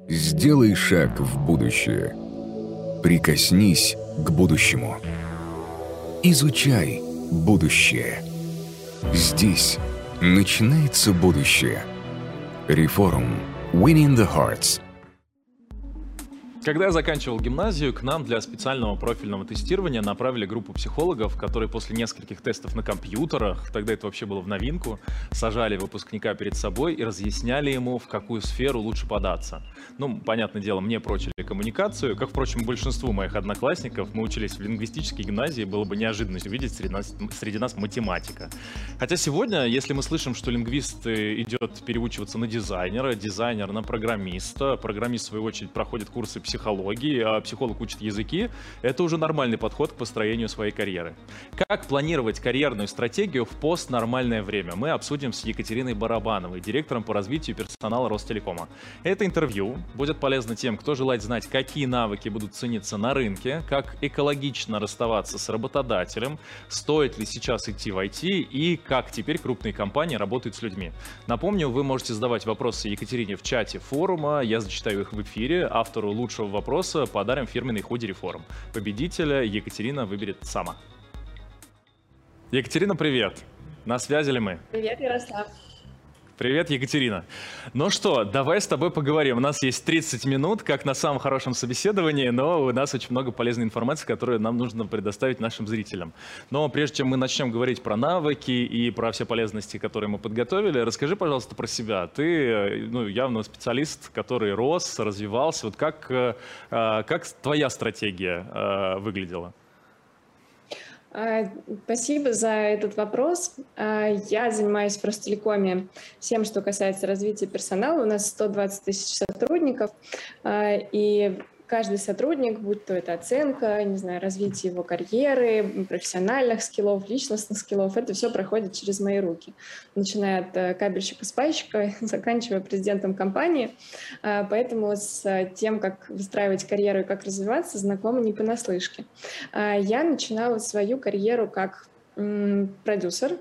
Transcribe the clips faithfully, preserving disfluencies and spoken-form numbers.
Сделай шаг в будущее. Прикоснись к будущему. Изучай будущее. Здесь начинается будущее. Reforum. Winning the Hearts. Когда я заканчивал гимназию, к нам для специального профильного тестирования направили группу психологов, которые после нескольких тестов на компьютерах, тогда это вообще было в новинку, сажали выпускника перед собой и разъясняли ему, в какую сферу лучше податься. Ну, понятное дело, мне прочили коммуникацию, как, впрочем, большинству моих одноклассников. Мы учились в лингвистической гимназии, было бы неожиданностью увидеть среди нас, среди нас математика. Хотя сегодня, если мы слышим, что лингвист идет переучиваться на дизайнера, дизайнер на программиста, программист, в свою очередь, проходит курсы психологии, психологии, а психолог учит языки, это уже нормальный подход к построению своей карьеры. Как планировать карьерную стратегию в постнормальное время? Мы обсудим с Екатериной Барабановой, директором по развитию персонала Ростелекома. Это интервью будет полезно тем, кто желает знать, какие навыки будут цениться на рынке, как экологично расставаться с работодателем, стоит ли сейчас идти в ай ти и как теперь крупные компании работают с людьми. Напомню, вы можете задавать вопросы Екатерине в чате форума, я зачитаю их в эфире, автору лучшего вопроса подарим фирменный худи Reforum. Победителя Екатерина выберет сама. Екатерина, привет! На связи ли мы? Привет, Ярослав. Привет, Екатерина. Ну что, давай с тобой поговорим. У нас есть тридцать минут, как на самом хорошем собеседовании, но у нас очень много полезной информации, которую нам нужно предоставить нашим зрителям. Но прежде чем мы начнем говорить про навыки и про все полезности, которые мы подготовили, расскажи, пожалуйста, про себя. Ты, ну, явно специалист, который рос, развивался. Вот как, как твоя стратегия выглядела? Спасибо за этот вопрос. Я занимаюсь в Ростелекоме всем, что касается развития персонала. У нас сто двадцать тысяч сотрудников, и каждый сотрудник, будь то это оценка, не знаю, развитие его карьеры, профессиональных скиллов, личностных скиллов, это все проходит через мои руки. Начиная от кабельщика-спайщика, заканчивая президентом компании. Поэтому с тем, как выстраивать карьеру и как развиваться, знакома не понаслышке. Я начинала свою карьеру как продюсер.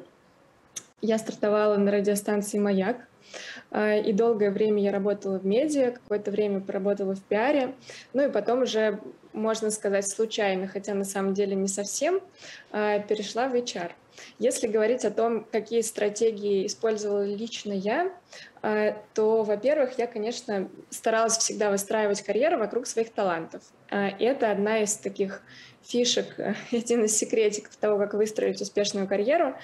Я стартовала на радиостанции «Маяк». И долгое время я работала в медиа, какое-то время поработала в пиаре, ну и потом уже, можно сказать, случайно, хотя на самом деле не совсем, перешла в эйч ар. Если говорить о том, какие стратегии использовала лично я, то, во-первых, я, конечно, старалась всегда выстраивать карьеру вокруг своих талантов. И это одна из таких фишек, один из секретиков того, как выстроить успешную карьеру.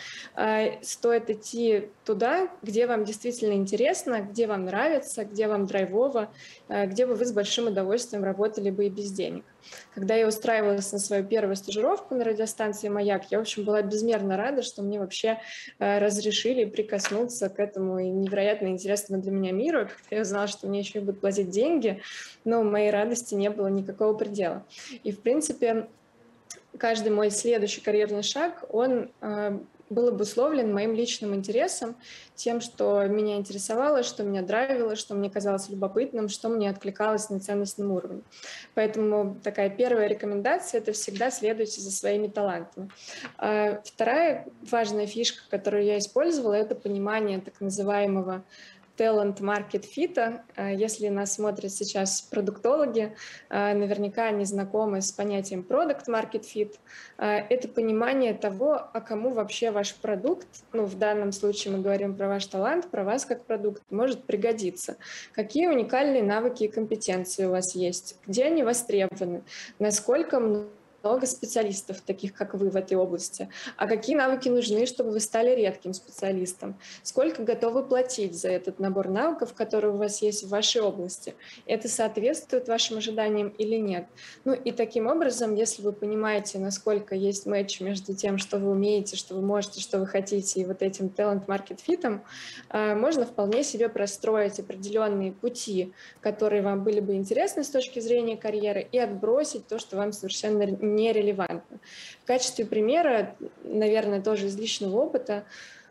Стоит идти туда, где вам действительно интересно, где вам нравится, где вам драйвово, где бы вы с большим удовольствием работали бы и без денег. Когда я устраивалась на свою первую стажировку на радиостанции «Маяк», я, в общем, была безмерно рада, что мне вообще разрешили прикоснуться к этому невероятно интересному для меня миру. Когда я узнала, что мне еще и будут платить деньги, но моей радости не было никакого предела. И, в принципе, каждый мой следующий карьерный шаг, он э, был обусловлен моим личным интересом, тем, что меня интересовало, что меня драйвило, что мне казалось любопытным, что мне откликалось на ценностном уровне. Поэтому такая первая рекомендация – это всегда следуйте за своими талантами. А вторая важная фишка, которую я использовала, это понимание так называемого талант-маркет-фита. Если нас смотрят сейчас продуктологи, наверняка они знакомы с понятием продукт-маркет-фит. Это понимание того, а кому вообще ваш продукт, ну, в данном случае мы говорим про ваш талант, про вас как продукт, может пригодиться. Какие уникальные навыки и компетенции у вас есть, где они востребованы, насколько много много специалистов, таких как вы в этой области. А какие навыки нужны, чтобы вы стали редким специалистом? Сколько готовы платить за этот набор навыков, которые у вас есть в вашей области? Это соответствует вашим ожиданиям или нет? Ну и таким образом, если вы понимаете, насколько есть матч между тем, что вы умеете, что вы можете, что вы хотите, и вот этим талант-маркет-фитом, можно вполне себе простроить определенные пути, которые вам были бы интересны с точки зрения карьеры, и отбросить то, что вам совершенно нерелевантно. В качестве примера, наверное, тоже из личного опыта,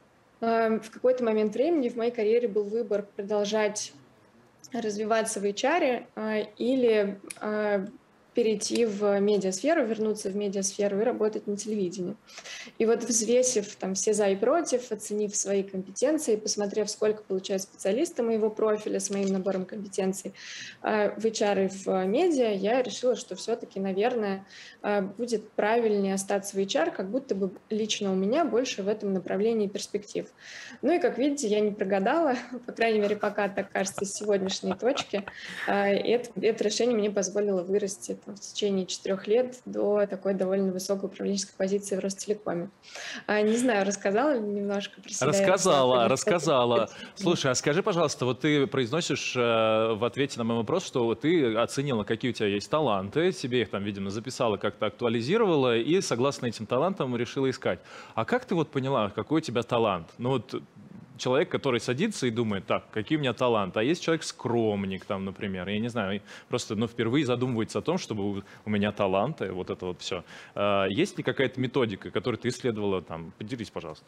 в какой-то момент времени в моей карьере был выбор продолжать развиваться в эйч ар или перейти в медиасферу, вернуться в медиасферу и работать на телевидении. И вот взвесив там все за и против, оценив свои компетенции, посмотрев, сколько получают специалисты моего профиля с моим набором компетенций в эйч ар и в медиа, я решила, что все-таки, наверное, будет правильнее остаться в эйч ар, как будто бы лично у меня больше в этом направлении перспектив. Ну и, как видите, я не прогадала, по крайней мере, пока так кажется, с сегодняшней точки. И это, это решение мне позволило вырасти там, в течение четырех лет до такой довольно высокой управленческой позиции в Ростелекоме. Не знаю, рассказала ли немножко про себя? Рассказала, рассказала. Слушай, а скажи, пожалуйста, вот ты произносишь э, в ответе на мой вопрос, что ты оценила, какие у тебя есть таланты, себе их там, видимо, записала, как-то актуализировала и, согласно этим талантам, решила искать. А как ты вот поняла, какой у тебя талант? Ну вот человек, который садится и думает, так, какие у меня таланты, а есть человек скромник, там, например, я не знаю, просто, ну, впервые задумывается о том, чтобы у, у меня таланты, вот это вот все. А, есть ли какая-то методика, которую ты исследовала, там, поделись, пожалуйста.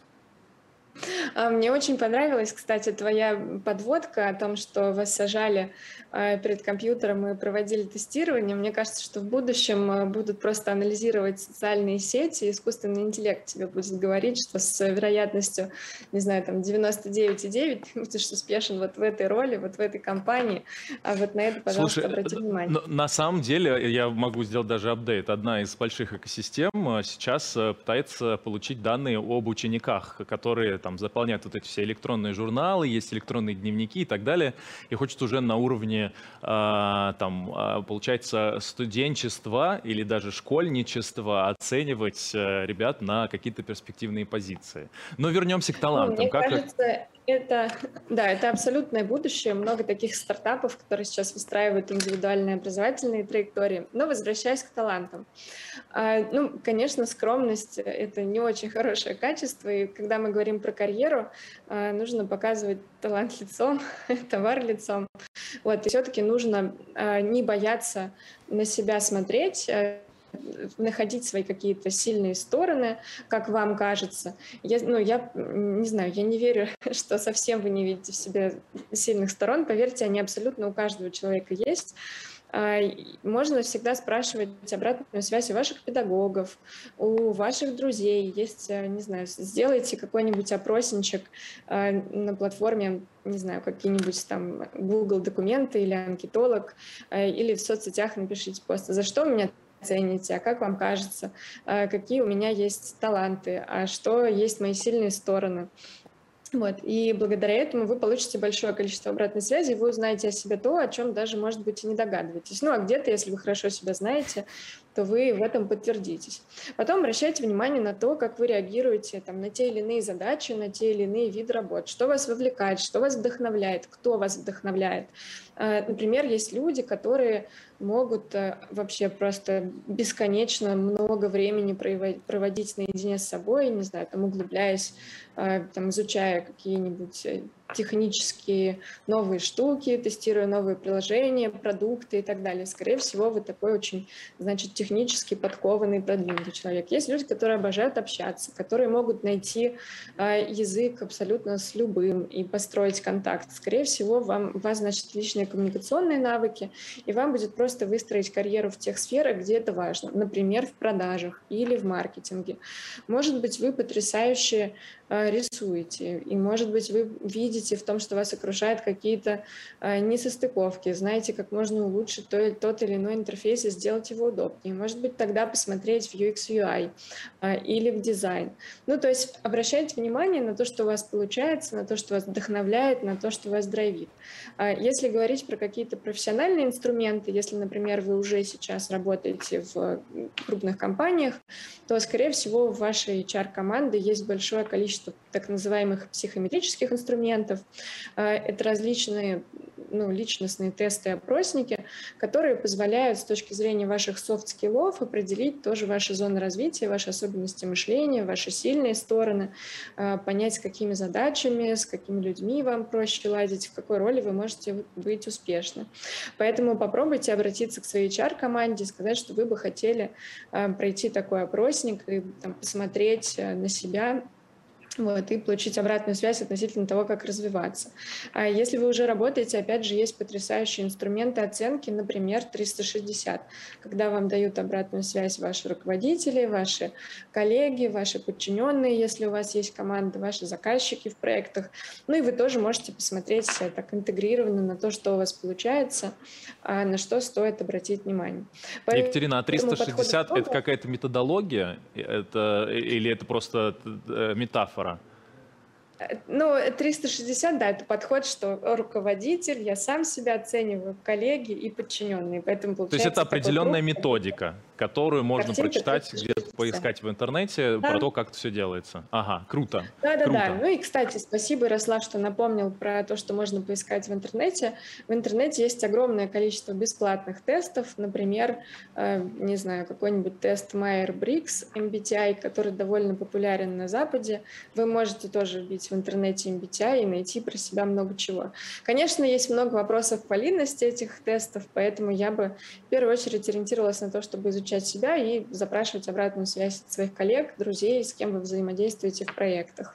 Мне очень понравилась, кстати, твоя подводка о том, что вас сажали перед компьютером и проводили тестирование. Мне кажется, что в будущем будут просто анализировать социальные сети, и искусственный интеллект тебе будет говорить, что с вероятностью, не знаю, там девяносто девять и девять ты будешь успешен вот в этой роли, вот в этой компании. А вот на это, пожалуйста, Слушай, обрати внимание. На самом деле, я могу сделать даже апдейт. Одна из больших экосистем сейчас пытается получить данные об учениках, которые там заполняют вот эти все электронные журналы, есть электронные дневники и так далее, и хочет уже на уровне, а, там, получается, студенчества или даже школьничества оценивать ребят на какие-то перспективные позиции. Но вернемся к талантам. Ну, мне как... кажется, это, да, это абсолютное будущее. Много таких стартапов, которые сейчас выстраивают индивидуальные образовательные траектории. Но возвращаясь к талантам. Ну, конечно, скромность – это не очень хорошее качество. И когда мы говорим про карьеру, нужно показывать талант лицом, товар лицом. Вот, и все-таки нужно не бояться на себя смотреть, находить свои какие-то сильные стороны, как вам кажется. Я, ну, я не знаю, я не верю, что совсем вы не видите в себе сильных сторон. Поверьте, они абсолютно у каждого человека есть. Можно всегда спрашивать обратную связь у ваших педагогов, у ваших друзей. Есть, не знаю, сделайте какой-нибудь опросничек на платформе, не знаю, какие-нибудь там Google документы или анкетолог, или в соцсетях напишите пост, за что меня цените, а как вам кажется, какие у меня есть таланты, а что есть мои сильные стороны. Вот. И благодаря этому вы получите большое количество обратной связи, вы узнаете о себе то, о чем даже, может быть, и не догадываетесь. Ну, а где-то, если вы хорошо себя знаете, то вы в этом подтвердитесь. Потом обращайте внимание на то, как вы реагируете там, на те или иные задачи, на те или иные виды работ, что вас вовлекает, что вас вдохновляет, кто вас вдохновляет. Например, есть люди, которые могут вообще просто бесконечно много времени проводить наедине с собой, не знаю, там, углубляясь, там, изучая какие-нибудь технические новые штуки, тестируя новые приложения, продукты и так далее. Скорее всего, вы такой очень, значит, технически подкованный, продвинутый человек. Есть люди, которые обожают общаться, которые могут найти язык абсолютно с любым и построить контакт. Скорее всего, вам, у вас, значит, личные коммуникационные навыки, и вам будет просто выстроить карьеру в тех сферах, где это важно. Например, в продажах или в маркетинге. Может быть, вы потрясающе рисуете, и, может быть, вы видите в том, что вас окружают какие-то несостыковки, знаете, как можно улучшить то, тот или иной интерфейс и сделать его удобнее. Может быть, тогда посмотреть в ю экс ю ай или в дизайн. Ну, то есть обращайте внимание на то, что у вас получается, на то, что вас вдохновляет, на то, что вас драйвит. Если говорить про какие-то профессиональные инструменты, если, например, вы уже сейчас работаете в крупных компаниях, то, скорее всего, в вашей эйч ар-команде есть большое количество так называемых психометрических инструментов. Это различные ну, личностные тесты и опросники, которые позволяют с точки зрения ваших софт-скиллов определить тоже ваши зоны развития, ваши особенности мышления, ваши сильные стороны, понять, с какими задачами, с какими людьми вам проще ладить, в какой роли вы можете быть успешны. Поэтому попробуйте обратиться к своей эйч ар-команде и сказать, что вы бы хотели пройти такой опросник и там, посмотреть на себя, Вот, и получить обратную связь относительно того, как развиваться. А если вы уже работаете, опять же, есть потрясающие инструменты оценки, например, триста шестьдесят, когда вам дают обратную связь ваши руководители, ваши коллеги, ваши подчиненные, если у вас есть команда, ваши заказчики в проектах. Ну и вы тоже можете посмотреть так интегрированно на то, что у вас получается, а на что стоит обратить внимание. Екатерина, а триста шестьдесят — это какая-то методология, это, или это просто метафора? Ну, триста шестьдесят, да, это подход, что руководитель, я сам себя оцениваю, коллеги и подчиненные. Поэтому получается. То есть это определенная методика, которую можно прочитать, где-то поискать в интернете, да, про то, как это все делается. Ага, круто. Да, да, круто. да. Ну и, кстати, спасибо, Ярослав, что напомнил про то, что можно поискать в интернете. В интернете есть огромное количество бесплатных тестов. Например, э, не знаю, какой-нибудь тест Майер-Бриггс эм би ти ай, который довольно популярен на Западе. Вы можете тоже вбить в интернете эм би ти ай и найти про себя много чего. Конечно, есть много вопросов к валидности этих тестов, поэтому я бы в первую очередь ориентировалась на то, чтобы изучать себя и запрашивать обратную связь от своих коллег, друзей, с кем вы взаимодействуете в проектах.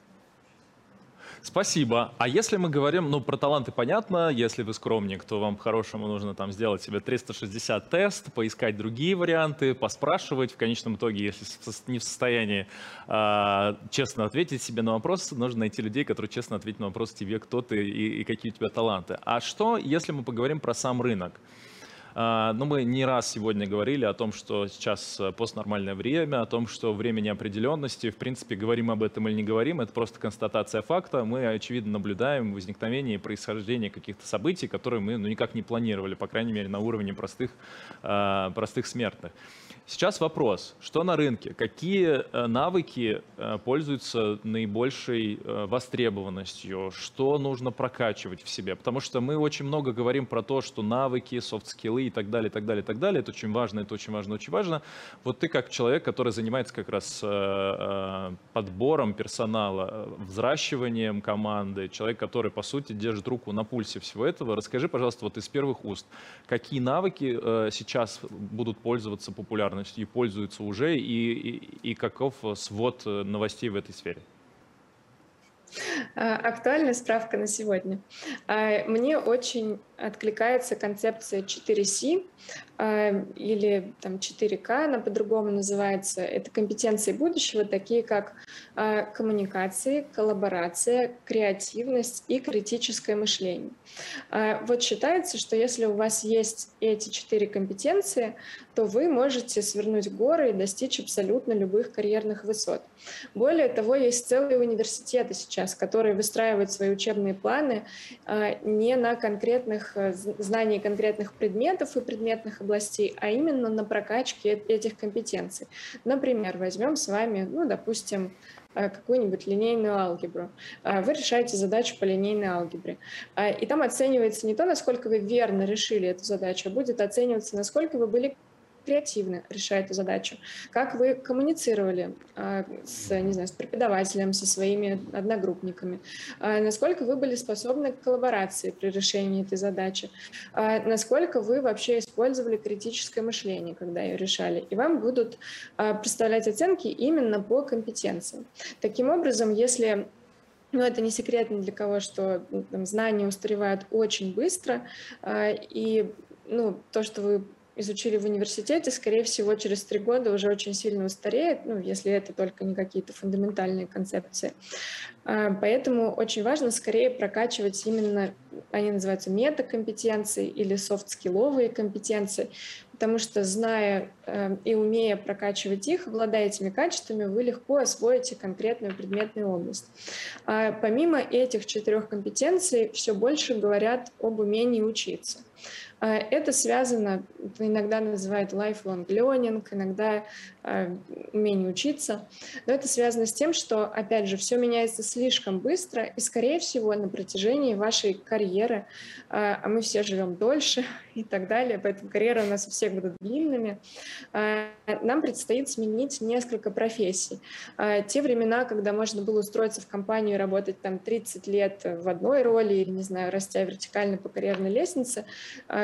Спасибо. А если мы говорим, ну, про таланты понятно, если вы скромник, то вам по-хорошему нужно там сделать себе триста шестьдесят тест, поискать другие варианты, поспрашивать. В конечном итоге, если не в состоянии э, честно ответить себе на вопрос, нужно найти людей, которые честно ответят на вопрос тебе, кто ты и, и какие у тебя таланты. А что, если мы поговорим про сам рынок? Ну, мы не раз сегодня говорили о том, что сейчас постнормальное время, о том, что время неопределенности. В принципе, говорим об этом или не говорим, это просто констатация факта. Мы, очевидно, наблюдаем возникновение и происхождение каких-то событий, которые мы ну, никак не планировали, по крайней мере, на уровне простых, простых смертных. Сейчас вопрос, что на рынке, какие навыки пользуются наибольшей востребованностью, что нужно прокачивать в себе, потому что мы очень много говорим про то, что навыки, софт-скиллы и так далее, и так далее, и так далее, это очень важно, это очень важно, очень важно. Вот ты как человек, который занимается как раз подбором персонала, взращиванием команды, человек, который, по сути, держит руку на пульсе всего этого, расскажи, пожалуйста, вот из первых уст, какие навыки сейчас будут пользоваться популярностью и пользуются уже, и, и, и каков свод новостей в этой сфере? Актуальная справка на сегодня. Мне очень откликается концепция четыре си или там четыре ка, она по-другому называется. Это компетенции будущего, такие как коммуникации, коллаборация, креативность и критическое мышление. Вот считается, что если у вас есть эти четыре компетенции, то вы можете свернуть горы и достичь абсолютно любых карьерных высот. Более того, есть целые университеты сейчас, которые выстраивают свои учебные планы не на конкретных знании конкретных предметов и предметных областей, а именно на прокачке этих компетенций. Например, возьмем с вами, ну, допустим, какую-нибудь линейную алгебру. Вы решаете задачу по линейной алгебре. И там оценивается не то, насколько вы верно решили эту задачу, а будет оцениваться, насколько вы были креативно решая эту задачу, как вы коммуницировали э, с, не знаю, с преподавателем, со своими одногруппниками, э, насколько вы были способны к коллаборации при решении этой задачи, э, насколько вы вообще использовали критическое мышление, когда ее решали. И вам будут э, представлять оценки именно по компетенциям. Таким образом, если Но это не секрет ни для кого, что там, знания устаревают очень быстро, э, и ну, то, что вы изучили в университете, скорее всего, через три года уже очень сильно устареет, ну, если это только не какие-то фундаментальные концепции. Поэтому очень важно скорее прокачивать именно, они называются метакомпетенции или софт-скилловые компетенции, потому что, зная э, и умея прокачивать их, обладая этими качествами, вы легко освоите конкретную предметную область. А помимо этих четырех компетенций, все больше говорят об умении учиться. Это связано, иногда называют lifelong learning, иногда э, умение учиться, но это связано с тем, что, опять же, все меняется слишком быстро, и, скорее всего, на протяжении вашей карьеры, э, а мы все живем дольше и так далее, поэтому карьеры у нас у всех будут длинными, э, нам предстоит сменить несколько профессий. Э, те времена, когда можно было устроиться в компанию и работать там тридцать лет в одной роли или, не знаю, растя вертикально по карьерной лестнице, э,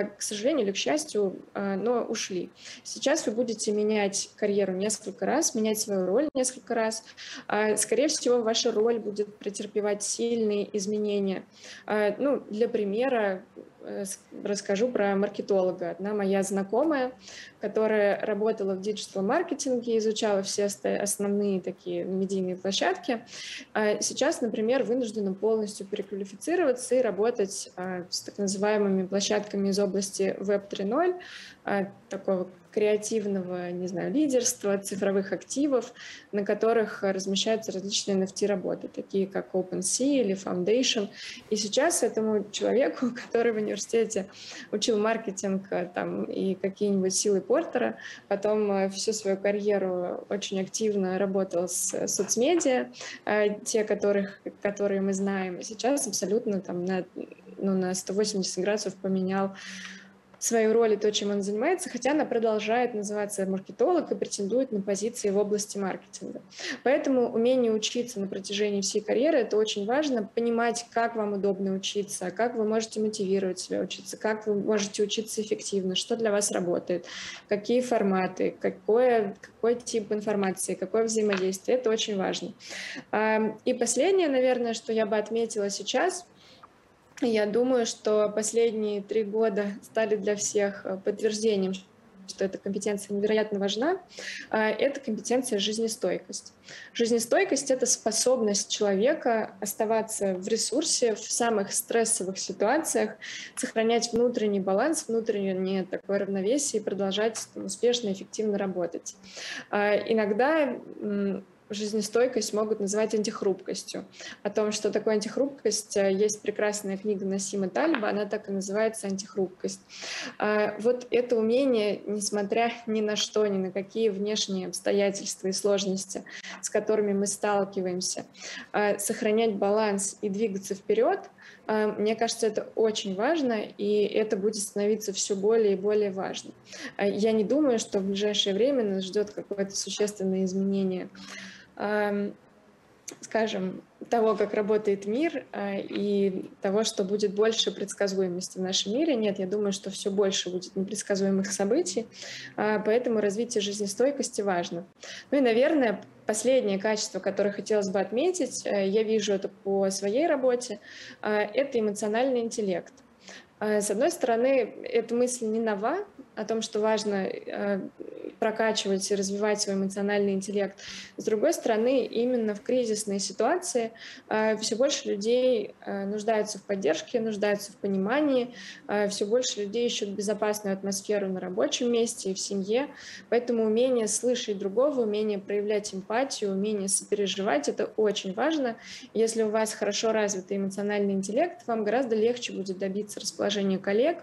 к сожалению или к счастью, но ушли. Сейчас вы будете менять карьеру несколько раз, менять свою роль несколько раз. Скорее всего, ваша роль будет претерпевать сильные изменения. Ну, для примера расскажу про маркетолога. Одна моя знакомая, которая работала в диджитал-маркетинге, изучала все основные такие медийные площадки, сейчас, например, вынуждена полностью переквалифицироваться и работать с так называемыми площадками из области веб три ноль, такого креативного, не знаю, лидерства, цифровых активов, на которых размещаются различные эн эф ти-работы, такие как OpenSea или Foundation. И сейчас этому человеку, который в университете учил маркетинг там, и какие-нибудь силы Портера, потом всю свою карьеру очень активно работал с соцмедиа, те, которых, которые мы знаем, и сейчас абсолютно там, на, ну, на сто восемьдесят градусов поменял свою роль и то, чем он занимается, хотя она продолжает называться маркетолог и претендует на позиции в области маркетинга. Поэтому умение учиться на протяжении всей карьеры – это очень важно, понимать, как вам удобно учиться, как вы можете мотивировать себя учиться, как вы можете учиться эффективно, что для вас работает, какие форматы, какое, какой тип информации, какое взаимодействие. Это очень важно. И последнее, наверное, что я бы отметила сейчас – я думаю, что последние три года стали для всех подтверждением, что эта компетенция невероятно важна. Это компетенция жизнестойкость. Жизнестойкость – это способность человека оставаться в ресурсе в самых стрессовых ситуациях, сохранять внутренний баланс, внутреннее такое равновесие и продолжать там, успешно и эффективно работать. Иногда жизнестойкость могут называть антихрупкостью. О том, что такое антихрупкость, есть прекрасная книга Насима Талеба, она так и называется «Антихрупкость». Вот это умение, несмотря ни на что, ни на какие внешние обстоятельства и сложности, с которыми мы сталкиваемся, сохранять баланс и двигаться вперед, мне кажется, это очень важно, и это будет становиться все более и более важным. Я не думаю, что в ближайшее время нас ждет какое-то существенное изменение, скажем, того, как работает мир, и того, что будет больше предсказуемости в нашем мире. Нет, я думаю, что все больше будет непредсказуемых событий, поэтому развитие жизнестойкости важно. Ну и, наверное, последнее качество, которое хотелось бы отметить, я вижу это по своей работе, это эмоциональный интеллект. С одной стороны, эта мысль не нова, о том, что важно прокачивать и развивать свой эмоциональный интеллект. С другой стороны, именно в кризисной ситуации все больше людей нуждаются в поддержке, нуждаются в понимании, все больше людей ищут безопасную атмосферу на рабочем месте и в семье. Поэтому умение слышать другого, умение проявлять эмпатию, умение сопереживать – это очень важно. Если у вас хорошо развитый эмоциональный интеллект, вам гораздо легче будет добиться расположения коллег,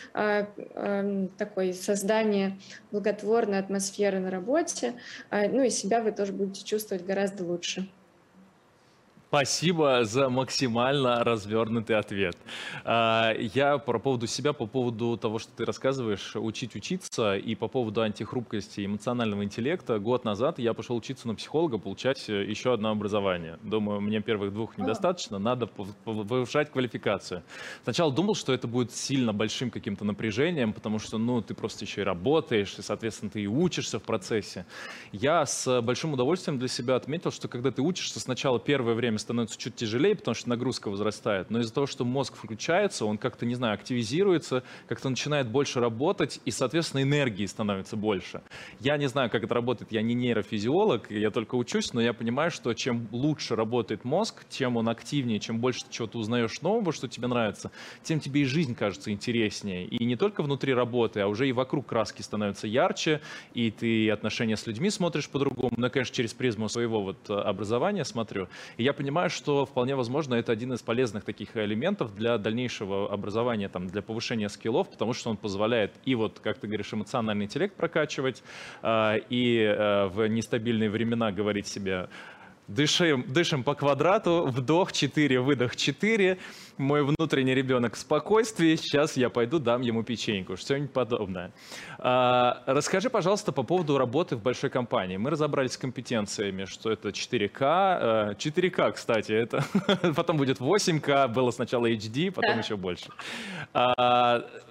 такой создание благотворной атмосферы на работе, ну и себя вы тоже будете чувствовать гораздо лучше. Спасибо за максимально развернутый ответ. Я по поводу себя, по поводу того, что ты рассказываешь, учить учиться, и по поводу антихрупкости и эмоционального интеллекта. Год назад я пошел учиться на психолога, получать еще одно образование. Думаю, мне первых двух недостаточно, надо повышать квалификацию. Сначала думал, что это будет сильно большим каким-то напряжением, потому что, ну, ты просто еще и работаешь, и, соответственно, ты и учишься в процессе. Я с большим удовольствием для себя отметил, что когда ты учишься, сначала первое время становится чуть тяжелее, потому что нагрузка возрастает, но из-за того, что мозг включается, он как-то, не знаю, активизируется, как-то начинает больше работать, и, соответственно, энергии становится больше. Я не знаю, как это работает, я не нейрофизиолог, я только учусь, но я понимаю, что чем лучше работает мозг, тем он активнее, чем больше ты чего-то узнаешь нового, что тебе нравится, тем тебе и жизнь кажется интереснее. И не только внутри работы, а уже и вокруг краски становятся ярче, и ты отношения с людьми смотришь по-другому. Но я, конечно, через призму своего вот образования смотрю. И я понимаю, что вполне возможно это один из полезных таких элементов для дальнейшего образования, там, для повышения скиллов, потому что он позволяет и вот, как ты говоришь, эмоциональный интеллект прокачивать, и в нестабильные времена говорить себе: Дышим, дышим по квадрату, вдох четыре, выдох четыре, мой внутренний ребенок в спокойствии, сейчас я пойду дам ему печеньку, что-нибудь подобное. А, расскажи, пожалуйста, по поводу работы в большой компании. Мы разобрались с компетенциями, что это четыре ка, четыре ка, кстати, это потом будет восемь ка, было сначала эйч ди, потом да. еще больше. А,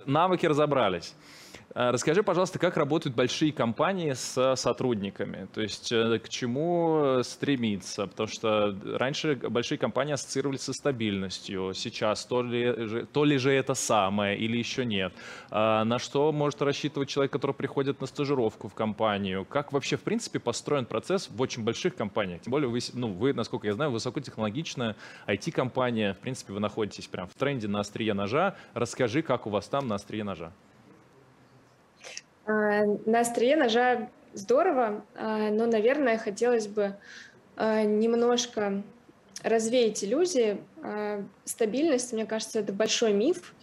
навыки разобрались. Расскажи, пожалуйста, как работают большие компании с сотрудниками, то есть к чему стремиться, потому что раньше большие компании ассоциировались со стабильностью, сейчас то ли, то ли же это самое или еще нет, на что может рассчитывать человек, который приходит на стажировку в компанию, как вообще в принципе построен процесс в очень больших компаниях, тем более вы, ну, вы, насколько я знаю, высокотехнологичная ай ти-компания, в принципе вы находитесь прям в тренде на острие ножа, расскажи, как у вас там на острие ножа. На острие ножа здорово, но, наверное, хотелось бы немножко развеять иллюзии. Стабильность, мне кажется, это большой миф.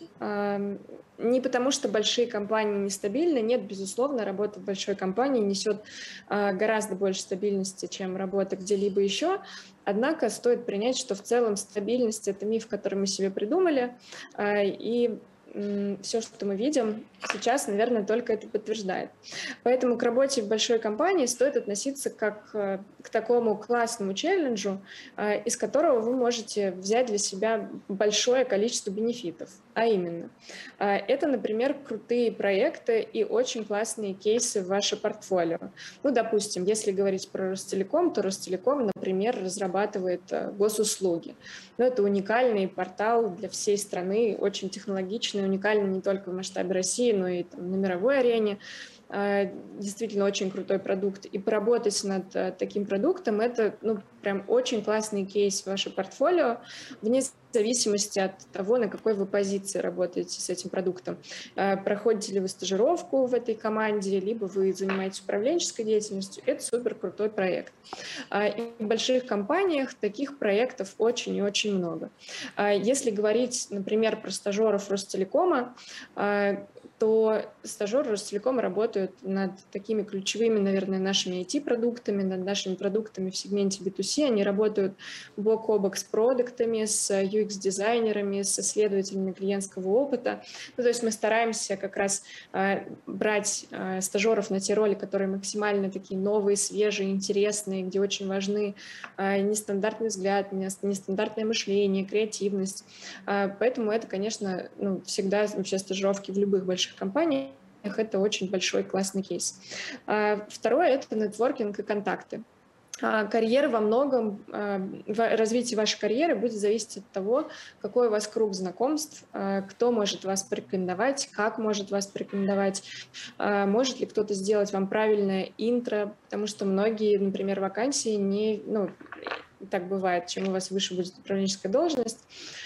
Не потому, что большие компании нестабильны. Нет, безусловно, работа в большой компании несет гораздо больше стабильности, чем работа где-либо еще. Однако стоит принять, что в целом стабильность – это миф, который мы себе придумали. И все, что мы видим сейчас, наверное, только это подтверждает. Поэтому к работе в большой компании стоит относиться как к такому классному челленджу, из которого вы можете взять для себя большое количество бенефитов. А именно, это, например, крутые проекты и очень классные кейсы в ваше портфолио. Ну, допустим, если говорить про Ростелеком, то Ростелеком, например, разрабатывает госуслуги. Но это уникальный портал для всей страны, очень технологичный, уникальный не только в масштабе России, но и там, на мировой арене. Действительно очень крутой продукт. И поработать над таким продуктом – это ну, прям очень классный кейс в ваше портфолио, вне зависимости от того, на какой вы позиции работаете с этим продуктом. Проходите ли вы стажировку в этой команде, либо вы занимаетесь управленческой деятельностью. Это супер крутой проект. И в больших компаниях таких проектов очень и очень много. Если говорить, например, про стажеров Ростелекома, то стажеры Ростелекома работают над такими ключевыми, наверное, нашими ай ти-продуктами, над нашими продуктами в сегменте би ту си. Они работают бок о бок с продуктами, с ю экс-дизайнерами, с исследователями клиентского опыта. Ну, то есть мы стараемся как раз э, брать э, стажеров на те роли, которые максимально такие новые, свежие, интересные, где очень важны э, нестандартный взгляд, нестандартное мышление, креативность. Э, поэтому это, конечно, ну, всегда вообще стажировки в любых больших компаниях, это очень большой классный кейс. Второе – это нетворкинг и контакты. Карьера во многом, развитие вашей карьеры будет зависеть от того, какой у вас круг знакомств, кто может вас порекомендовать, как может вас порекомендовать, может ли кто-то сделать вам правильное интро, потому что многие, например, вакансии не, ну, так бывает, чем у вас выше будет управленческая должность,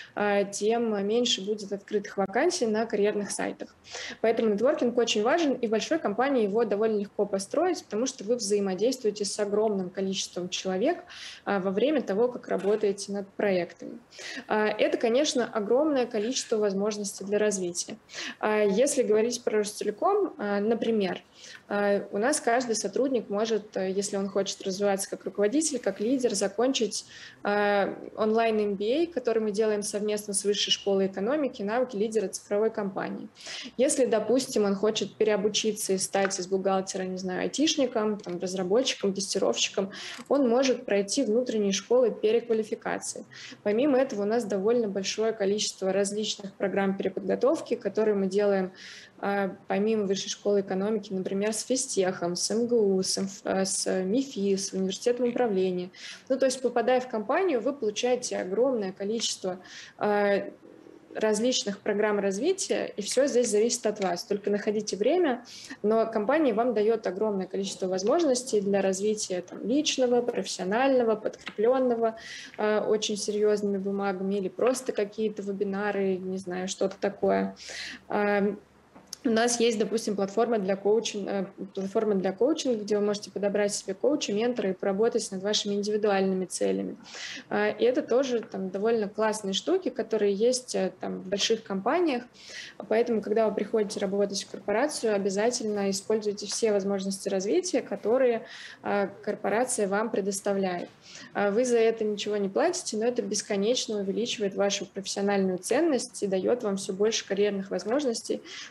тем меньше будет открытых вакансий на карьерных сайтах. Поэтому нетворкинг очень важен, и в большой компании его довольно легко построить, потому что вы взаимодействуете с огромным количеством человек во время того, как работаете над проектами. Это, конечно, огромное количество возможностей для развития. Если говорить про Ростелеком, например, у нас каждый сотрудник может, если он хочет развиваться как руководитель, как лидер, закончить онлайн-эм би эй, который мы делаем совместно с Высшей школой экономики, навыки лидера цифровой компании. Если, допустим, он хочет переобучиться и стать из бухгалтера, не знаю, айтишником, там, разработчиком, тестировщиком, он может пройти внутренние школы переквалификации. Помимо этого, у нас довольно большое количество различных программ переподготовки, которые мы делаем помимо Высшей школы экономики, например, с Физтехом, с эм гэ у, с, с МИФИ, с университетом управления. Ну, то есть, попадая в компанию, вы получаете огромное количество э, различных программ развития, и все здесь зависит от вас. Только находите время, но компания вам дает огромное количество возможностей для развития там, личного, профессионального, подкрепленного э, очень серьезными бумагами или просто какие-то вебинары, не знаю, что-то такое. Э, У нас есть, допустим, платформа для коучинга, платформа для коучинга, где вы можете подобрать себе коуча, ментора и поработать над вашими индивидуальными целями. И это тоже там, довольно классные штуки, которые есть там, в больших компаниях. Поэтому, когда вы приходите работать в корпорацию, обязательно используйте все возможности развития, которые корпорация вам предоставляет. Вы за это ничего не платите, но это бесконечно увеличивает вашу профессиональную ценность и дает вам все больше карьерных возможностей, благодаря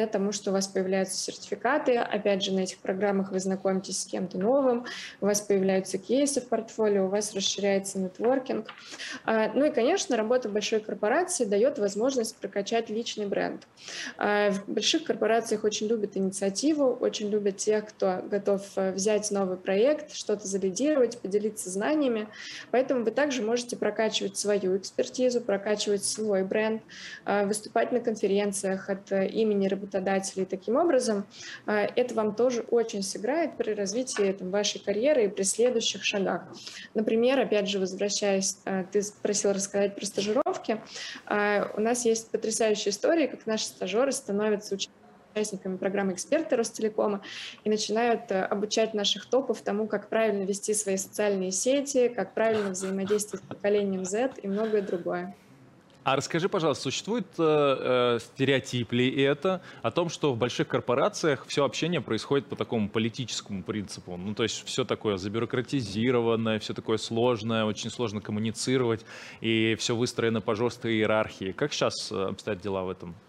благодаря тому, что у вас появляются сертификаты, опять же, на этих программах вы знакомитесь с кем-то новым, у вас появляются кейсы в портфолио, у вас расширяется нетворкинг. Ну и, конечно, работа в большой корпорации дает возможность прокачать личный бренд. В больших корпорациях очень любят инициативу, очень любят тех, кто готов взять новый проект, что-то залидировать, поделиться знаниями. Поэтому вы также можете прокачивать свою экспертизу, прокачивать свой бренд, выступать на конференциях от имени работодателей. Таким образом, это вам тоже очень сыграет при развитии там, вашей карьеры и при следующих шагах. Например, опять же, возвращаясь, ты просил рассказать про стажировки. У нас есть потрясающая история, как наши стажеры становятся участниками программы «Эксперты» Ростелекома и начинают обучать наших топов тому, как правильно вести свои социальные сети, как правильно взаимодействовать с поколением Z и многое другое. А расскажи, пожалуйста, существует э, стереотип ли это о том, что в больших корпорациях все общение происходит по такому политическому принципу? Ну, то есть все такое забюрократизированное, все такое сложное, очень сложно коммуницировать, и все выстроено по жесткой иерархии. Как сейчас обстоят дела в этом?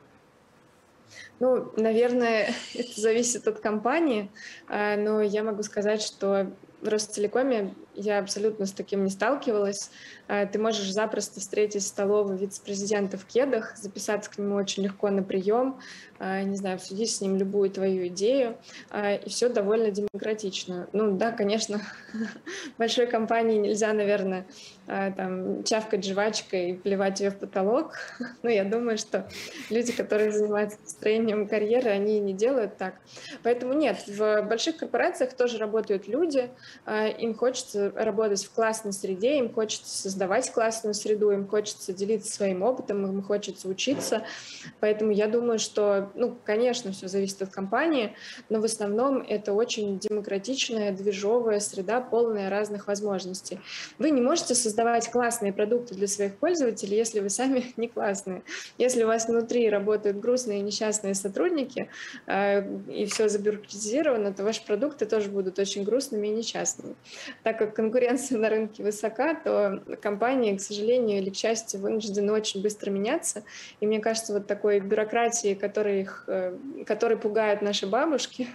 Ну, наверное, это зависит от компании, но я могу сказать, что в Ростелекоме я абсолютно с таким не сталкивалась. Ты можешь запросто встретить в столовой вице-президента в кедах, записаться к нему очень легко на прием, не знаю, обсудить с ним любую твою идею, и все довольно демократично. Ну да, конечно, в большой компании нельзя, наверное, там, чавкать жвачкой и плевать ее в потолок, но я думаю, что люди, которые занимаются построением карьеры, они не делают так. Поэтому нет, в больших корпорациях тоже работают люди, им хочется работать в классной среде, им хочется создавать классную среду, им хочется делиться своим опытом, им хочется учиться. Поэтому я думаю, что, ну, конечно, все зависит от компании, но в основном это очень демократичная, движовая среда, полная разных возможностей. Вы не можете создавать классные продукты для своих пользователей, если вы сами не классные. Если у вас внутри работают грустные и несчастные сотрудники, и все забюрократизировано, то ваши продукты тоже будут очень грустными и несчастными. Так как конкуренция на рынке высока, то компании, к сожалению или к счастью, вынуждены очень быстро меняться. И мне кажется, вот такой бюрократии, которая, их, которой пугают наши бабушки,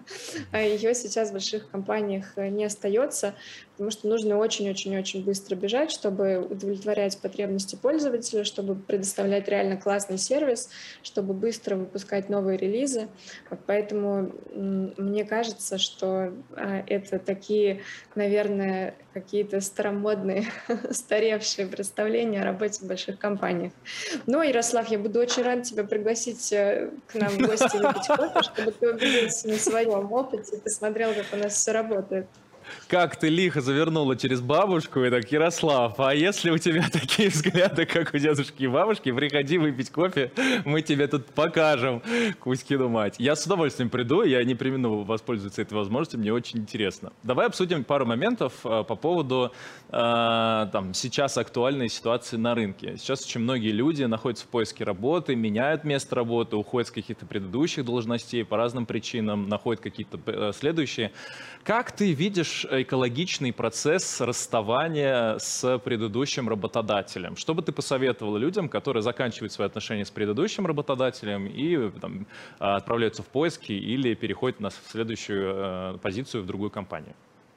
ее сейчас в больших компаниях не остается, потому что нужно очень-очень-очень быстро бежать, чтобы удовлетворять потребности пользователя, чтобы предоставлять реально классный сервис, чтобы быстро выпускать новые релизы. Поэтому мне кажется, что это такие, наверное, какие-то старомодные, старевшие представления о работе в больших компаниях. Но, Ярослав, я буду очень рада тебя пригласить к нам в гости выпить кофе, чтобы ты убедился на своем опыте и посмотрел, как у нас все работает. Как ты лихо завернула через бабушку, и так, Ярослав, а если у тебя такие взгляды, как у дедушки и бабушки, приходи выпить кофе, мы тебе тут покажем Кузькину мать. Я с удовольствием приду, я не премину воспользоваться этой возможностью, мне очень интересно. Давай обсудим пару моментов по поводу э, там, сейчас актуальной ситуации на рынке. Сейчас очень многие люди находятся в поиске работы, меняют место работы, уходят с каких-то предыдущих должностей по разным причинам, находят какие-то следующие. Как ты видишь экологичный процесс расставания с предыдущим работодателем? Что бы ты посоветовал людям, которые заканчивают свои отношения с предыдущим работодателем и там, отправляются в поиски или переходят на следующую позицию в другую компанию?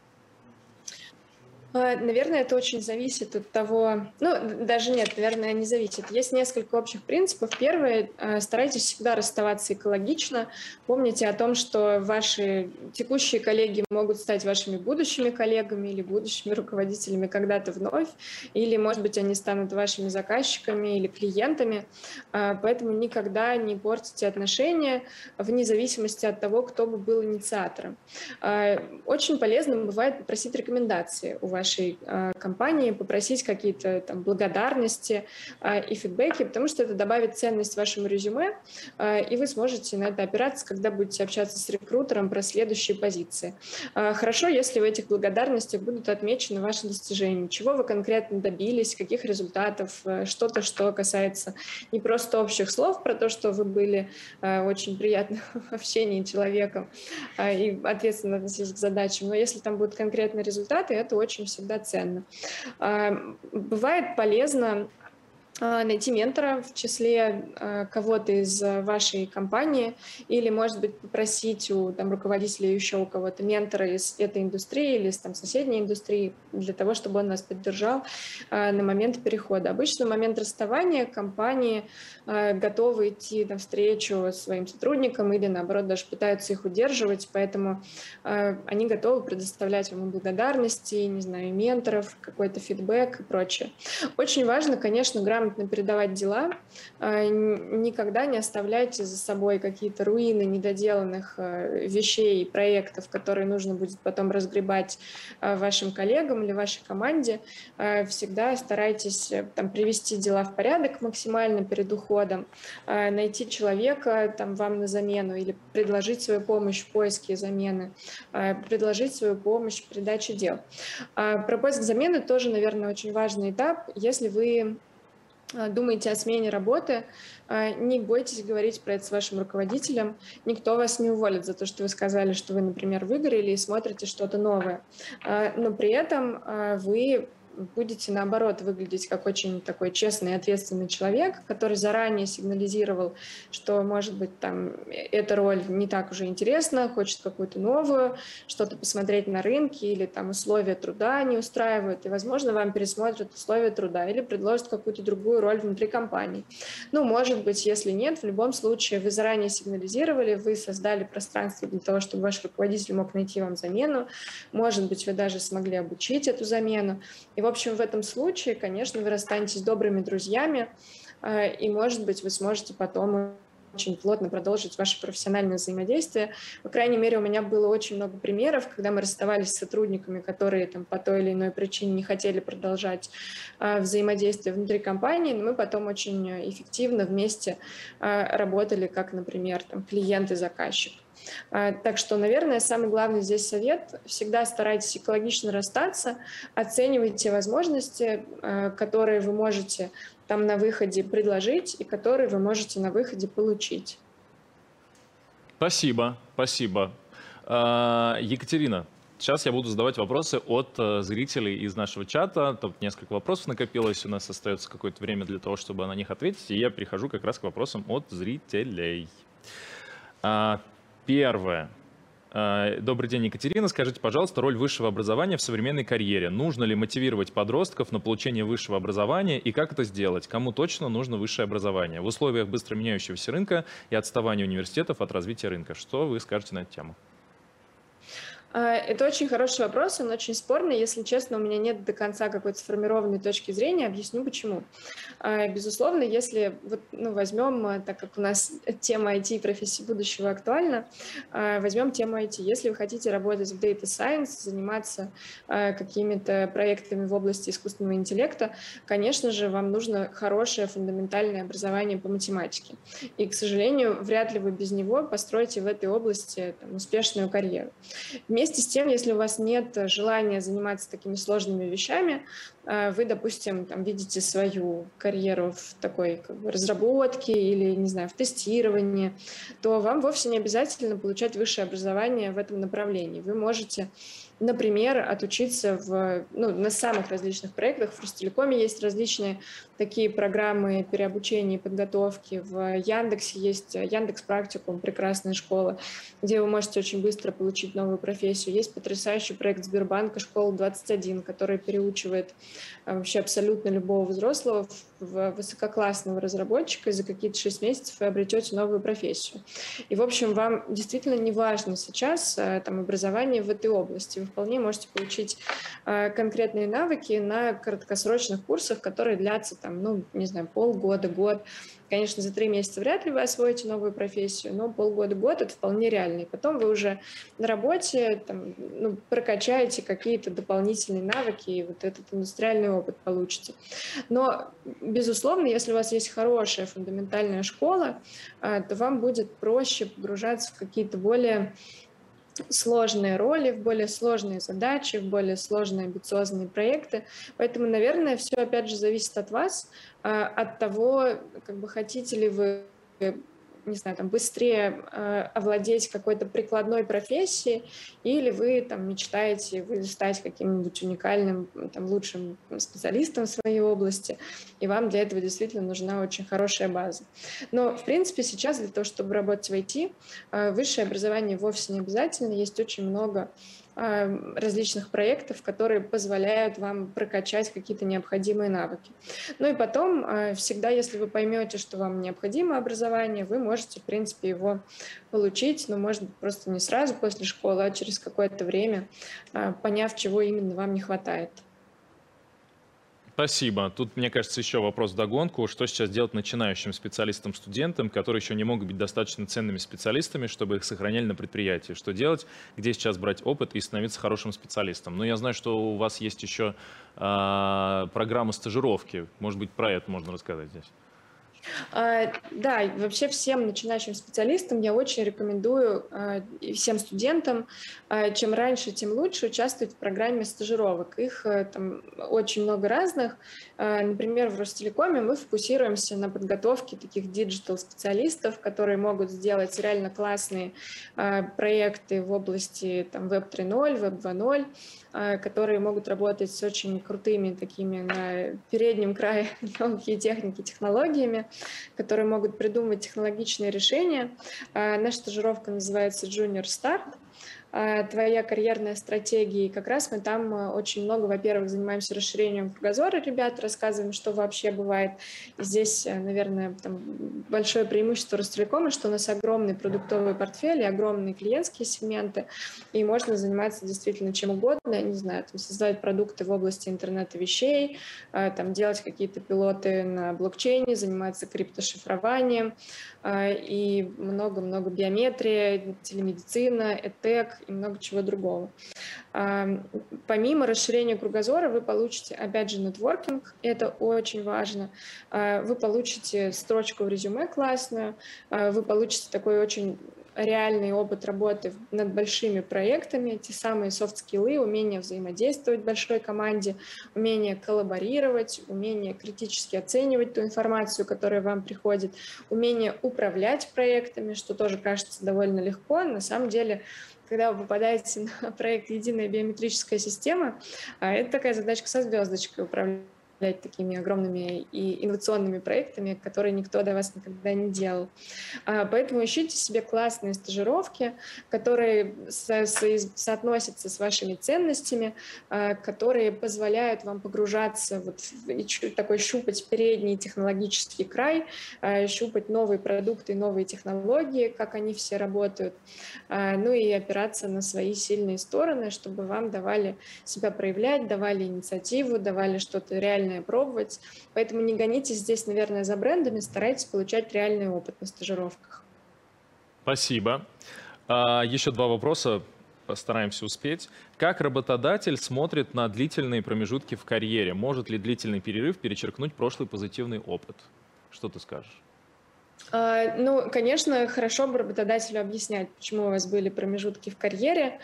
Наверное, это очень зависит от того, ну, даже нет, наверное, не зависит. Есть несколько общих принципов. Первое, старайтесь всегда расставаться экологично. Помните о том, что ваши текущие коллеги могут стать вашими будущими коллегами или будущими руководителями когда-то вновь, или, может быть, они станут вашими заказчиками или клиентами. Поэтому никогда не портите отношения вне зависимости от того, кто бы был инициатором. Очень полезно бывает попросить рекомендации у вас вашей э, компании, попросить какие-то там благодарности э, и фидбэки, потому что это добавит ценность вашему резюме, э, и вы сможете на это опираться, когда будете общаться с рекрутером про следующие позиции. Э, хорошо, если в этих благодарностях будут отмечены ваши достижения, чего вы конкретно добились, каких результатов, э, что-то, что касается не просто общих слов про то, что вы были э, очень приятным в общении человеком э, и ответственно относились к задачам, но если там будут конкретные результаты, это очень всегда ценно. Бывает полезно найти ментора в числе э, кого-то из вашей компании или, может быть, попросить у там, руководителя еще у кого-то ментора из этой индустрии или из там, соседней индустрии для того, чтобы он вас поддержал э, на момент перехода. Обычно в момент расставания компании э, готовы идти навстречу своим сотрудникам или, наоборот, даже пытаются их удерживать, поэтому э, они готовы предоставлять вам благодарности, не знаю, менторов, какой-то фидбэк и прочее. Очень важно, конечно, грамотно передавать дела. Никогда не оставляйте за собой какие-то руины недоделанных вещей, проектов, которые нужно будет потом разгребать вашим коллегам или вашей команде. Всегда старайтесь там, привести дела в порядок максимально перед уходом, найти человека там, вам на замену или предложить свою помощь в поиске замены, предложить свою помощь в передаче дел. Про поиск замены тоже, наверное, очень важный этап. Если вы думаете о смене работы, не бойтесь говорить про это с вашим руководителем. Никто вас не уволит за то, что вы сказали, что вы, например, выгорели и смотрите что-то новое. Но при этом вы будете, наоборот, выглядеть как очень такой честный и ответственный человек, который заранее сигнализировал, что, может быть, там, эта роль не так уже интересна, хочет какую-то новую, что-то посмотреть на рынке, или там условия труда не устраивают, и, возможно, вам пересмотрят условия труда или предложат какую-то другую роль внутри компании. Ну, может быть, если нет, в любом случае вы заранее сигнализировали, вы создали пространство для того, чтобы ваш руководитель мог найти вам замену, может быть, вы даже смогли обучить эту замену. И, в общем, в этом случае, конечно, вы расстанетесь добрыми друзьями, и, может быть, вы сможете потом очень плотно продолжить ваше профессиональное взаимодействие. По крайней мере, у меня было очень много примеров, когда мы расставались с сотрудниками, которые там, по той или иной причине не хотели продолжать э, взаимодействие внутри компании, но мы потом очень эффективно вместе э, работали, как, например, там, клиент и заказчик. Так что, наверное, самый главный здесь совет – всегда старайтесь экологично расстаться, оценивайте возможности, которые вы можете там на выходе предложить и которые вы можете на выходе получить. Спасибо, спасибо. Екатерина, сейчас я буду задавать вопросы от зрителей из нашего чата. Тут несколько вопросов накопилось, у нас остается какое-то время для того, чтобы на них ответить, и я перехожу как раз к вопросам от зрителей. Первое. Добрый день, Екатерина. Скажите, пожалуйста, роль высшего образования в современной карьере. Нужно ли мотивировать подростков на получение высшего образования и как это сделать? Кому точно нужно высшее образование? В условиях быстро меняющегося рынка и отставания университетов от развития рынка. Что вы скажете на эту тему? Это очень хороший вопрос, он очень спорный. Если честно, у меня нет до конца какой-то сформированной точки зрения. Объясню, почему. Безусловно, если вот, ну, возьмем, так как у нас тема ай ти и профессии будущего актуальна, возьмем тему ай ти. Если вы хотите работать в Data Science, заниматься какими-то проектами в области искусственного интеллекта, конечно же, вам нужно хорошее фундаментальное образование по математике. И, к сожалению, вряд ли вы без него построите в этой области там, успешную карьеру. Вместе с тем, если у вас нет желания заниматься такими сложными вещами, вы, допустим, там, видите свою карьеру в такой как бы, разработке или, не знаю, в тестировании, то вам вовсе не обязательно получать высшее образование в этом направлении. Вы можете, например, отучиться в, ну, на самых различных проектах. В Ростелекоме есть различные такие программы переобучения и подготовки. В Яндексе есть Яндекс Практикум, прекрасная школа, где вы можете очень быстро получить новую профессию. Есть потрясающий проект Сбербанка «Школа двадцать один», который переучивает вообще абсолютно любого взрослого в высококлассного разработчика, и за какие-то шесть месяцев вы обретете новую профессию. И, в общем, вам действительно не важно сейчас там, образование в этой области. Вы вполне можете получить конкретные навыки на краткосрочных курсах, которые длятся, там, ну, не знаю, полгода, год. Конечно, за три месяца вряд ли вы освоите новую профессию, но полгода-год это вполне реально. И потом вы уже на работе там, ну, прокачаете какие-то дополнительные навыки и вот этот индустриальный опыт получите. Но, безусловно, если у вас есть хорошая фундаментальная школа, то вам будет проще погружаться в какие-то более сложные роли, в более сложные задачи, в более сложные амбициозные проекты. Поэтому, наверное, все опять же зависит от вас, от того, как бы хотите ли вы не знаю, там, быстрее э, овладеть какой-то прикладной профессией, или вы там мечтаете вы стать каким-нибудь уникальным, там, лучшим специалистом в своей области, и вам для этого действительно нужна очень хорошая база. Но, в принципе, сейчас для того, чтобы работать в ай ти, э, высшее образование вовсе не обязательно, есть очень много различных проектов, которые позволяют вам прокачать какие-то необходимые навыки. Ну и потом, всегда, если вы поймете, что вам необходимо образование, вы можете, в принципе, его получить, но, может быть, просто не сразу после школы, а через какое-то время, поняв, чего именно вам не хватает. Спасибо. Тут, мне кажется, еще вопрос вдогонку. Что сейчас делать начинающим специалистам-студентам, которые еще не могут быть достаточно ценными специалистами, чтобы их сохраняли на предприятии? Что делать? Где сейчас брать опыт и становиться хорошим специалистом? Ну, я знаю, что у вас есть еще э, программа стажировки. Может быть, про это можно рассказать здесь? Да, вообще всем начинающим специалистам я очень рекомендую, и всем студентам, чем раньше, тем лучше участвовать в программе стажировок. Их там очень много разных. Например, в Ростелекоме мы фокусируемся на подготовке таких диджитал-специалистов, которые могут сделать реально классные проекты в области там, веб три ноль, веб два ноль, которые могут работать с очень крутыми такими на переднем крае науки, техники, технологиями, которые могут придумывать технологичные решения. Наша стажировка называется Junior Start. Твоя карьерная стратегия. И как раз мы там очень много, во-первых, занимаемся расширением кругозора ребят, рассказываем, что вообще бывает. И здесь, наверное, там большое преимущество Ростелекома, что у нас огромный продуктовый портфель и огромные клиентские сегменты, и можно заниматься действительно чем угодно, не знаю, там, создавать продукты в области интернета вещей, там, делать какие-то пилоты на блокчейне, заниматься криптошифрованием, и много-много биометрии, телемедицина, эдтек и много чего другого. Помимо расширения кругозора вы получите, опять же, нетворкинг, это очень важно. Вы получите строчку в резюме классную, вы получите такой очень реальный опыт работы над большими проектами, те самые софт-скиллы, умение взаимодействовать в большой команде, умение коллаборировать, умение критически оценивать ту информацию, которая вам приходит, умение управлять проектами, что тоже кажется довольно легко. На самом деле, когда вы попадаете на проект «Единая биометрическая система», это такая задачка со звездочкой — управлять такими огромными и инновационными проектами, которые никто до вас никогда не делал. Поэтому ищите себе классные стажировки, которые со со соотносятся с вашими ценностями, которые позволяют вам погружаться вот в такой щупать передний технологический край, щупать новые продукты, новые технологии, как они все работают, ну и опираться на свои сильные стороны, чтобы вам давали себя проявлять, давали инициативу, давали что-то реальное пробовать. Поэтому не гонитесь здесь, наверное, за брендами, старайтесь получать реальный опыт на стажировках. Спасибо. А, еще два вопроса, постараемся успеть. Как работодатель смотрит на длительные промежутки в карьере? Может ли длительный перерыв перечеркнуть прошлый позитивный опыт? Что ты скажешь? Ну, конечно, хорошо бы работодателю объяснять, почему у вас были промежутки в карьере.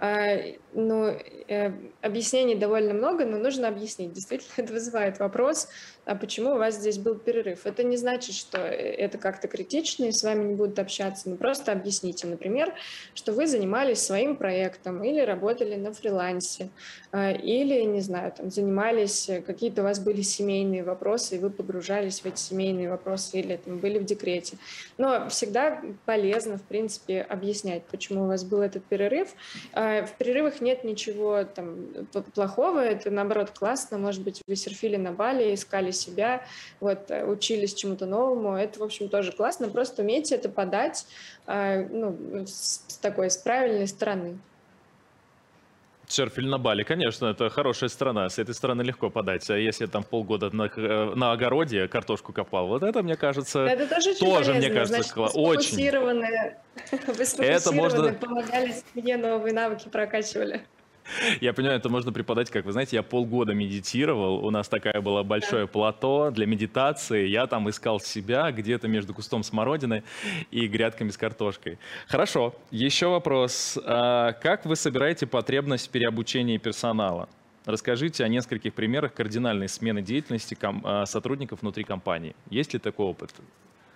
Ну, объяснений довольно много, но нужно объяснить. Действительно, это вызывает вопрос, а почему у вас здесь был перерыв. Это не значит, что это как-то критично и с вами не будут общаться, но просто объясните, например, что вы занимались своим проектом или работали на фрилансе, или, не знаю, там, занимались, какие-то у вас были семейные вопросы, и вы погружались в эти семейные вопросы, или там, были в декрете. Но всегда полезно, в принципе, объяснять, почему у вас был этот перерыв. В перерывах нет ничего там плохого, это, наоборот, классно. Может быть, вы серфили на Бали, искали себя, вот, учились чему-то новому. Это, в общем, тоже классно. Просто умейте это подать, ну, с такой, с правильной стороны. Серфили на Бали, конечно, это хорошая страна, с этой стороны легко подать. А если там полгода на, на огороде картошку копал, вот это, мне кажется, это тоже, тоже полезно. мне кажется, Значит, классно. Вы сфокусированы, вы сфокусированы, можно... помогали себе, новые навыки прокачивали. Я понимаю, это можно преподать, как вы знаете, я полгода медитировал, у нас такая была большое да. плато для медитации, я там искал себя где-то между кустом смородины и грядками с картошкой. Хорошо, еще вопрос. Как вы собираете потребность в переобучении персонала? Расскажите о нескольких примерах кардинальной смены деятельности сотрудников внутри компании. Есть ли такой опыт?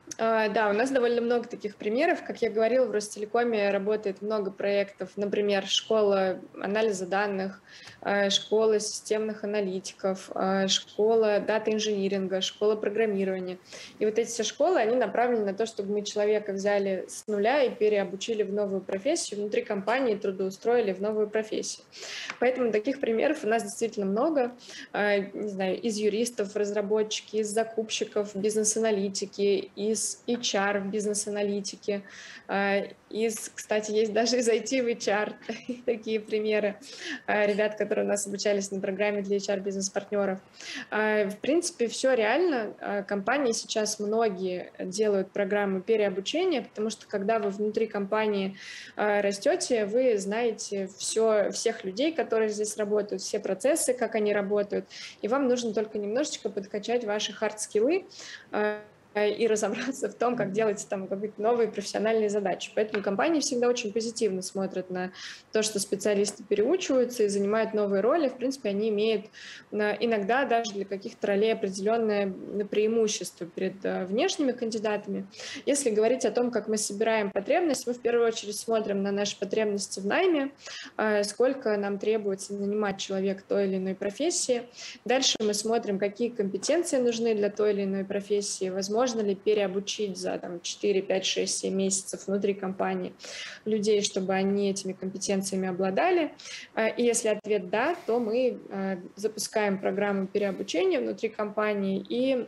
А, Да, у нас довольно много таких примеров. Как я говорила, в Ростелекоме работает много проектов. Например, школа анализа данных, а, школа системных аналитиков, а, школа дата-инжиниринга, школа программирования. И вот эти все школы, они направлены на то, чтобы мы человека взяли с нуля и переобучили в новую профессию, внутри компании трудоустроили в новую профессию. Поэтому таких примеров у нас действительно много. А, Не знаю, из юристов, разработчики, из закупщиков, бизнес-аналитики, из эйч ар в бизнес-аналитике, а, из, кстати, есть даже из ай ти в эйч ар такие примеры а, ребят, которые у нас обучались на программе для эйч ар бизнес-партнеров. А, В принципе, все реально. А, Компании сейчас многие делают программы переобучения, потому что когда вы внутри компании а, растете, вы знаете все, всех людей, которые здесь работают, все процессы, как они работают, и вам нужно только немножечко подкачать ваши хард-скиллы а, и разобраться в том, как делать там какие-то новые профессиональные задачи. Поэтому компании всегда очень позитивно смотрят на то, что специалисты переучиваются и занимают новые роли. В принципе, они имеют а, иногда даже для каких-то ролей определенное преимущество перед а, внешними кандидатами. Если говорить о том, как мы собираем потребность, мы в первую очередь смотрим на наши потребности в найме, а, сколько нам требуется нанимать человека той или иной профессии. Дальше мы смотрим, какие компетенции нужны для той или иной профессии, возможно, можно ли переобучить за там, четыре, пять, шесть, семь месяцев внутри компании людей, чтобы они этими компетенциями обладали. И если ответ «да», то мы запускаем программу переобучения внутри компании и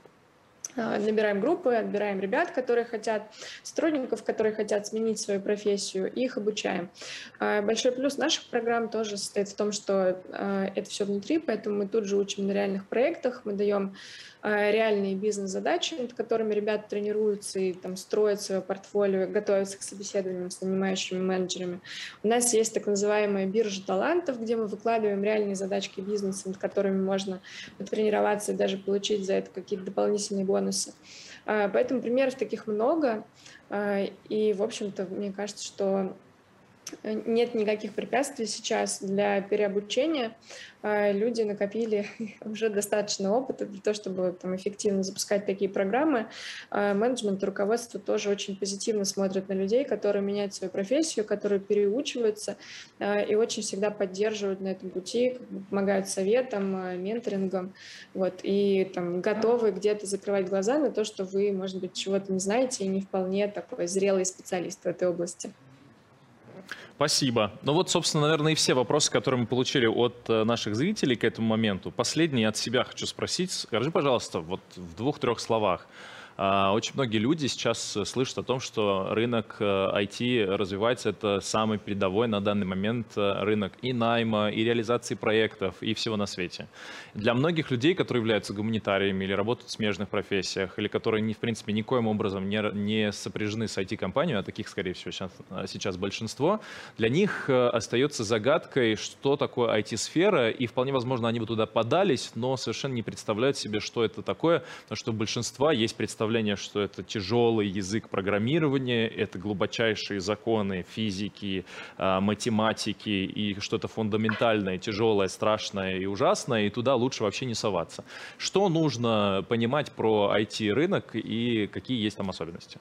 набираем группы, отбираем ребят, которые хотят, сотрудников, которые хотят сменить свою профессию, и их обучаем. Большой плюс наших программ тоже состоит в том, что это все внутри, поэтому мы тут же учим на реальных проектах, мы даем реальные бизнес-задачи, над которыми ребята тренируются и там, строят свое портфолио, готовятся к собеседованиям с нанимающими менеджерами. У нас есть так называемая биржа талантов, где мы выкладываем реальные задачки бизнеса, над которыми можно потренироваться и даже получить за это какие-то дополнительные бонусы. Поэтому примеров таких много. И, в общем-то, мне кажется, что нет никаких препятствий сейчас для переобучения. Люди накопили уже достаточно опыта для того, чтобы там, эффективно запускать такие программы. Менеджмент и руководство тоже очень позитивно смотрят на людей, которые меняют свою профессию, которые переучиваются и очень всегда поддерживают на этом пути, помогают советом, менторингом, вот, и там, готовы где-то закрывать глаза на то, что вы, может быть, чего-то не знаете и не вполне такой зрелый специалист в этой области. Спасибо. Ну вот, собственно, наверное, и все вопросы, которые мы получили от наших зрителей к этому моменту. Последний от себя хочу спросить. Скажи, пожалуйста, вот в двух-трех словах. Очень многие люди сейчас слышат о том, что рынок ай ти развивается, это самый передовой на данный момент рынок и найма, и реализации проектов, и всего на свете. Для многих людей, которые являются гуманитариями или работают в смежных профессиях, или которые, в принципе, никоим образом не, не сопряжены с ай ти-компанией, а таких, скорее всего, сейчас, сейчас большинство, для них остается загадкой, что такое ай ти-сфера, и вполне возможно, они бы туда подались, но совершенно не представляют себе, что это такое, потому что у большинства есть представление, что это тяжелый язык программирования, это глубочайшие законы физики, математики и что-то фундаментальное, тяжелое, страшное и ужасное, и туда лучше вообще не соваться. Что нужно понимать про ай ти-рынок и какие есть там особенности?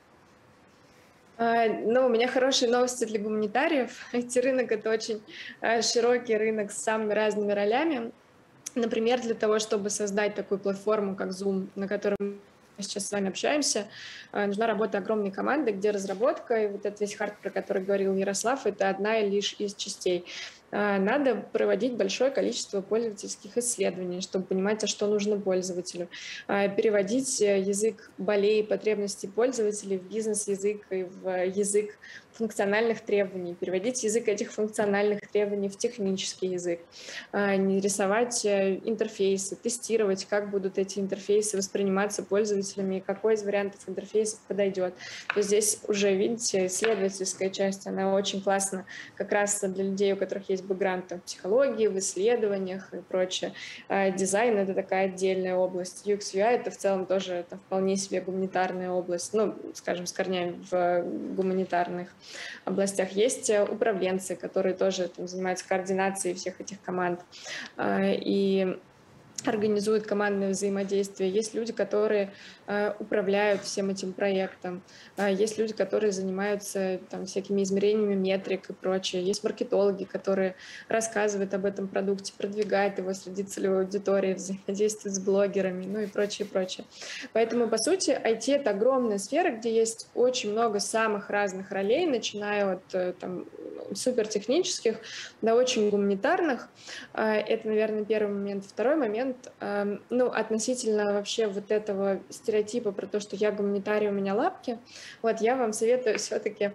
Ну, у меня хорошие новости для гуманитариев. ай ти-рынок — это очень широкий рынок с самыми разными ролями. Например, для того, чтобы создать такую платформу, как Zoom, на которой мы сейчас с вами общаемся, нужна работа огромной команды, где разработка и вот этот весь хард, про который говорил Ярослав, это одна лишь из частей. Надо проводить большое количество пользовательских исследований, чтобы понимать, а что нужно пользователю. Переводить язык болей и потребностей пользователей в бизнес-язык и в язык функциональных требований, переводить язык этих функциональных требований в технический язык, рисовать интерфейсы, тестировать, как будут эти интерфейсы восприниматься пользователями и какой из вариантов интерфейсов подойдет. То здесь уже, видите, исследовательская часть, она очень классна как раз для людей, у которых есть бэкграунд в психологии, в исследованиях и прочее. Дизайн — это такая отдельная область. ю экс ю ай — это в целом тоже это вполне себе гуманитарная область, ну, скажем, с корнями в гуманитарных областях. Есть управленцы, которые тоже там занимаются координацией всех этих команд. И организуют командное взаимодействие, есть люди, которые э, управляют всем этим проектом, э, есть люди, которые занимаются там, всякими измерениями метрик и прочее, есть маркетологи, которые рассказывают об этом продукте, продвигают его среди целевой аудитории, взаимодействуют с блогерами, ну и прочее, прочее. Поэтому, по сути, ай ти — это огромная сфера, где есть очень много самых разных ролей, начиная от там, супертехнических до очень гуманитарных. Это, наверное, первый момент. Второй момент, ну, относительно вообще вот этого стереотипа про то, что я гуманитарий, у меня лапки, вот я вам советую все-таки,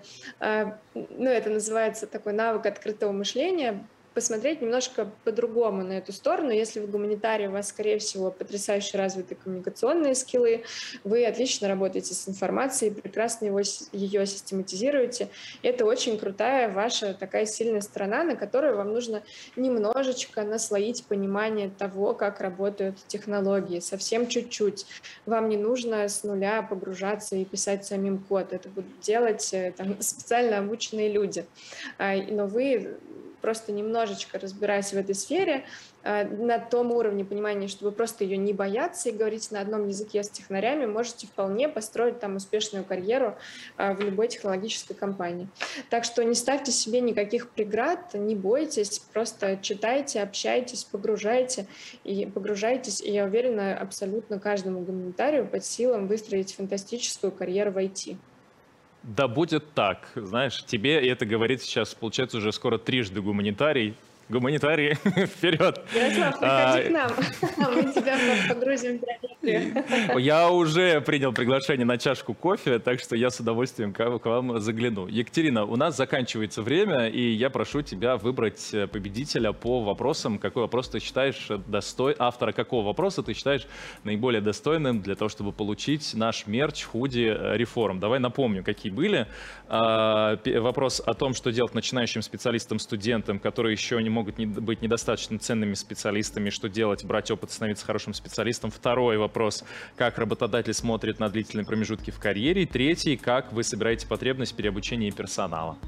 ну, это называется такой навык открытого мышления, посмотреть немножко по-другому на эту сторону. Если вы гуманитарий, у вас, скорее всего, потрясающе развиты коммуникационные скиллы, вы отлично работаете с информацией, прекрасно его, ее систематизируете. Это очень крутая ваша такая сильная сторона, на которую вам нужно немножечко наслоить понимание того, как работают технологии, совсем чуть-чуть. Вам не нужно с нуля погружаться и писать самим код. Это будут делать там, специально обученные люди. Но вы просто немножечко разбираясь в этой сфере, на том уровне понимания, чтобы просто ее не бояться и говорить на одном языке с технарями, можете вполне построить там успешную карьеру в любой технологической компании. Так что не ставьте себе никаких преград, не бойтесь, просто читайте, общайтесь, погружайте и погружайтесь, и я уверена, абсолютно каждому гуманитарию под силам выстроить фантастическую карьеру в ай ти. Да будет так. Знаешь, тебе это говорит сейчас, получается, уже скоро трижды гуманитарий. Гуманитарии, вперед! Ярослав, приходи к нам, мы тебя погрузим в биографию. Я уже принял приглашение на чашку кофе, так что я с удовольствием к вам загляну. Екатерина, у нас заканчивается время, и я прошу тебя выбрать победителя по вопросам. Какой вопрос ты считаешь достойным, автора какого вопроса ты считаешь наиболее достойным для того, чтобы получить наш мерч, худи, реформ. Давай напомню, какие были. Вопрос о том, что делать начинающим специалистам, студентам, которые еще не могут не, быть недостаточно ценными специалистами, что делать, брать опыт, становиться хорошим специалистом. Второй вопрос, как работодатель смотрит на длительные промежутки в карьере. И третий, как вы собираете потребность в переобучении персонала.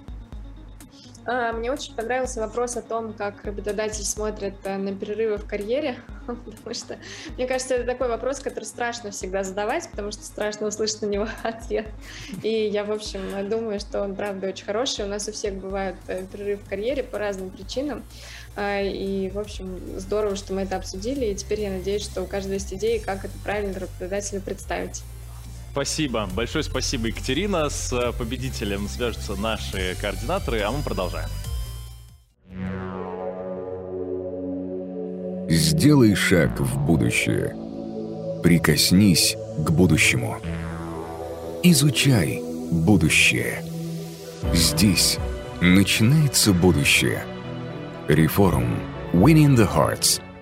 Мне очень понравился вопрос о том, как работодатель смотрит на перерывы в карьере, потому что, мне кажется, это такой вопрос, который страшно всегда задавать, потому что страшно услышать на него ответ. И я, в общем, думаю, что он, правда, очень хороший. У нас у всех бывают перерывы в карьере по разным причинам. И, в общем, здорово, что мы это обсудили, и теперь я надеюсь, что у каждого есть идеи, как это правильно работодателю представить. Спасибо. Большое спасибо, Екатерина. С победителем свяжутся наши координаторы, а мы продолжаем. Сделай шаг в будущее. Прикоснись к будущему. Изучай будущее. Здесь начинается будущее. Reforum. Winning the Hearts.